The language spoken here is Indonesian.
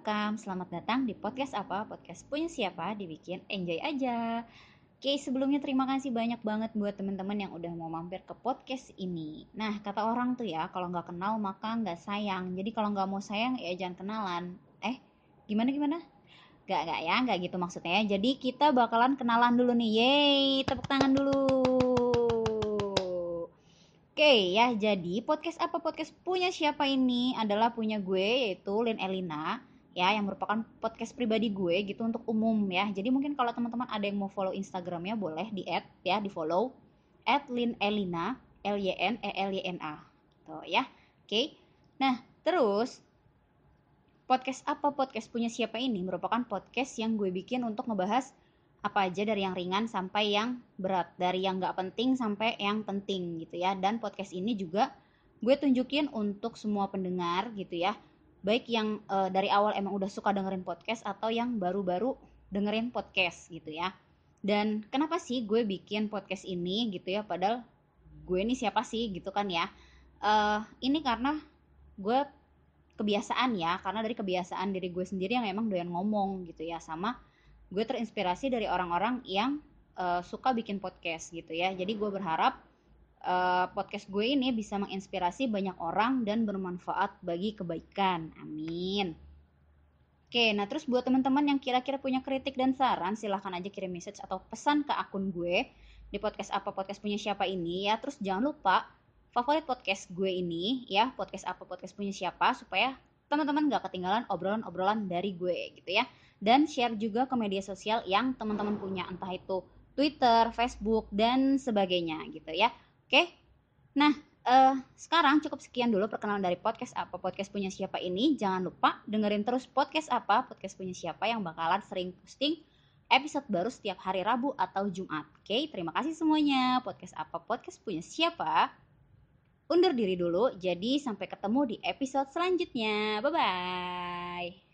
welcome. Selamat datang di podcast apa? Podcast punya siapa? Dibikin enjoy aja. Oke, sebelumnya terima kasih banyak banget buat teman-teman yang udah mau mampir ke podcast ini. Nah, kata orang tuh ya, kalau nggak kenal maka nggak sayang. Jadi kalau nggak mau sayang ya jangan kenalan. Gimana? Nggak gitu maksudnya. Jadi kita bakalan kenalan dulu nih. Yeay, tepuk tangan dulu. Oke ya, jadi podcast apa podcast punya siapa ini adalah punya gue yaitu Lin Elina ya, yang merupakan podcast pribadi gue gitu untuk umum ya. Jadi mungkin kalau teman-teman ada yang mau follow Instagramnya boleh di add ya, di follow @linelina LYNELYNA tuh ya. Oke. Nah terus podcast apa podcast punya siapa ini merupakan podcast yang gue bikin untuk ngebahas apa aja dari yang ringan sampai yang berat, dari yang nggak penting sampai yang penting gitu ya. Dan podcast ini juga gue tunjukin untuk semua pendengar gitu ya, baik yang dari awal emang udah suka dengerin podcast atau yang baru-baru dengerin podcast gitu ya. Dan kenapa sih gue bikin podcast ini gitu ya, padahal gue ini siapa sih gitu kan ya. Ini karena gue kebiasaan ya, karena dari kebiasaan diri gue sendiri yang emang doyan ngomong gitu ya, sama gue terinspirasi dari orang-orang yang suka bikin podcast gitu ya. Jadi gue berharap podcast gue ini bisa menginspirasi banyak orang dan bermanfaat bagi kebaikan. Amin. Oke, nah terus buat teman-teman yang kira-kira punya kritik dan saran, silahkan aja kirim message atau pesan ke akun gue di podcast apa podcast punya siapa ini ya. Terus jangan lupa favorit podcast gue ini ya, podcast apa podcast punya siapa, supaya teman-teman gak ketinggalan obrolan-obrolan dari gue gitu ya. Dan share juga ke media sosial yang teman-teman punya, entah itu Twitter, Facebook, dan sebagainya gitu ya. Oke, nah sekarang cukup sekian dulu perkenalan dari podcast apa podcast punya siapa ini. Jangan lupa dengerin terus podcast apa podcast punya siapa yang bakalan sering posting episode baru setiap hari Rabu atau Jumat. Oke, terima kasih semuanya. Podcast apa podcast punya siapa undur diri dulu. Jadi sampai ketemu di episode selanjutnya. Bye bye.